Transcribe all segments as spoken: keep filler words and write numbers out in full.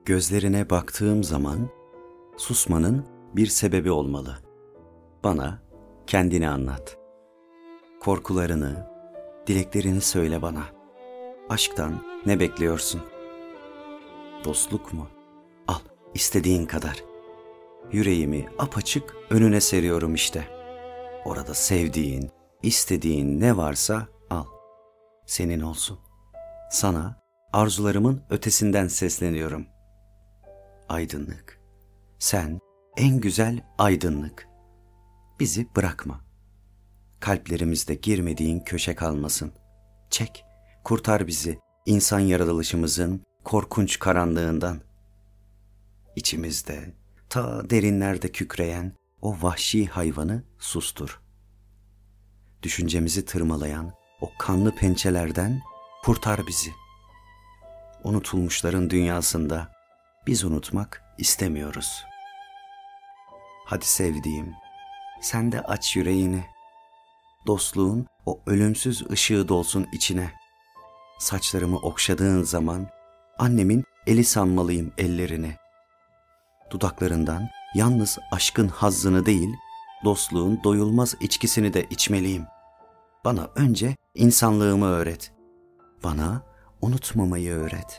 Gözlerine baktığım zaman susmanın bir sebebi olmalı. Bana kendini anlat. Korkularını, dileklerini söyle bana. Aşktan ne bekliyorsun? Dostluk mu? Al, istediğin kadar. Yüreğimi apaçık önüne seriyorum işte. Orada sevdiğin, istediğin ne varsa al. Senin olsun. Sana arzularımın ötesinden sesleniyorum. Aydınlık. Sen en güzel aydınlık. Bizi bırakma. Kalplerimizde girmediğin köşe kalmasın. Çek, kurtar bizi insan yaratılışımızın korkunç karanlığından. İçimizde, ta derinlerde kükreyen o vahşi hayvanı sustur. Düşüncemizi tırmalayan o kanlı pençelerden kurtar bizi. Unutulmuşların dünyasında biz unutmak istemiyoruz. Hadi sevdiğim, sen de aç yüreğini. Dostluğun o ölümsüz ışığı dolsun içine. Saçlarımı okşadığın zaman annemin eli sanmalıyım ellerini. Dudaklarından yalnız aşkın hazzını değil, dostluğun doyulmaz içkisini de içmeliyim. Bana önce insanlığımı öğret. Bana unutmamayı öğret.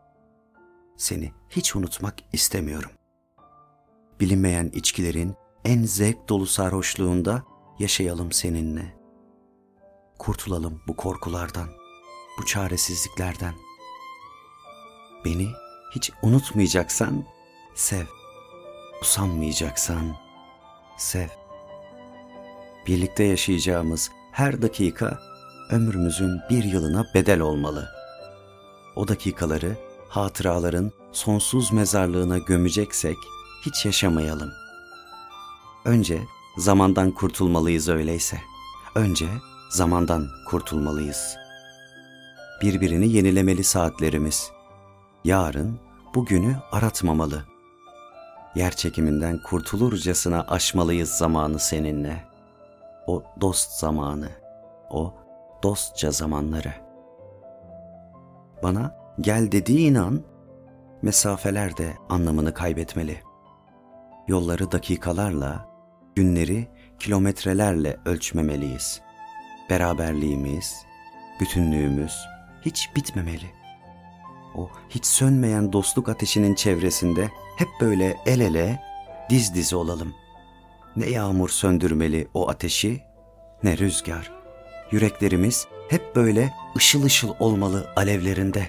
Seni hiç unutmak istemiyorum. Bilinmeyen içkilerin en zevk dolu sarhoşluğunda yaşayalım seninle. Kurtulalım bu korkulardan, bu çaresizliklerden. Beni hiç unutmayacaksan sev. Usanmayacaksan sev. Birlikte yaşayacağımız her dakika ömrümüzün bir yılına bedel olmalı. O dakikaları hatıraların sonsuz mezarlığına gömeceksek hiç yaşamayalım. Önce zamandan kurtulmalıyız öyleyse. Önce zamandan kurtulmalıyız. Birbirini yenilemeli saatlerimiz. Yarın bugünü aratmamalı. Yer çekiminden kurtulurcasına aşmalıyız zamanı seninle. O dost zamanı, o dostça zamanları. Bana gel dediğin an mesafeler de anlamını kaybetmeli. Yolları dakikalarla, günleri kilometrelerle ölçmemeliyiz. Beraberliğimiz, bütünlüğümüz hiç bitmemeli. O hiç sönmeyen dostluk ateşinin çevresinde hep böyle el ele, diz dize olalım. Ne yağmur söndürmeli o ateşi, ne rüzgar. Yüreklerimiz hep böyle ışıl ışıl olmalı alevlerinde.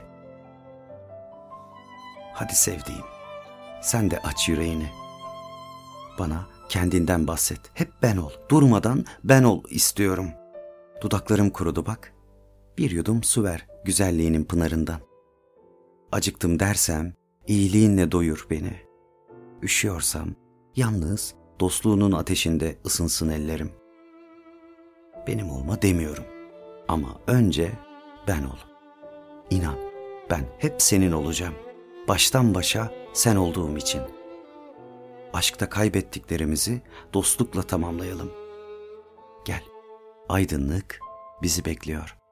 Hadi sevdiğim, sen de aç yüreğini. Bana kendinden bahset, hep ben ol, durmadan ben ol istiyorum. Dudaklarım kurudu bak, bir yudum su ver güzelliğinin pınarından. Acıktım dersem, iyiliğinle doyur beni. Üşüyorsam, yalnız dostluğunun ateşinde ısınsın ellerim. Benim olma demiyorum ama önce ben ol. İnan, ben hep senin olacağım. Baştan başa sen olduğum için. Aşkta kaybettiklerimizi dostlukla tamamlayalım. Gel, aydınlık bizi bekliyor.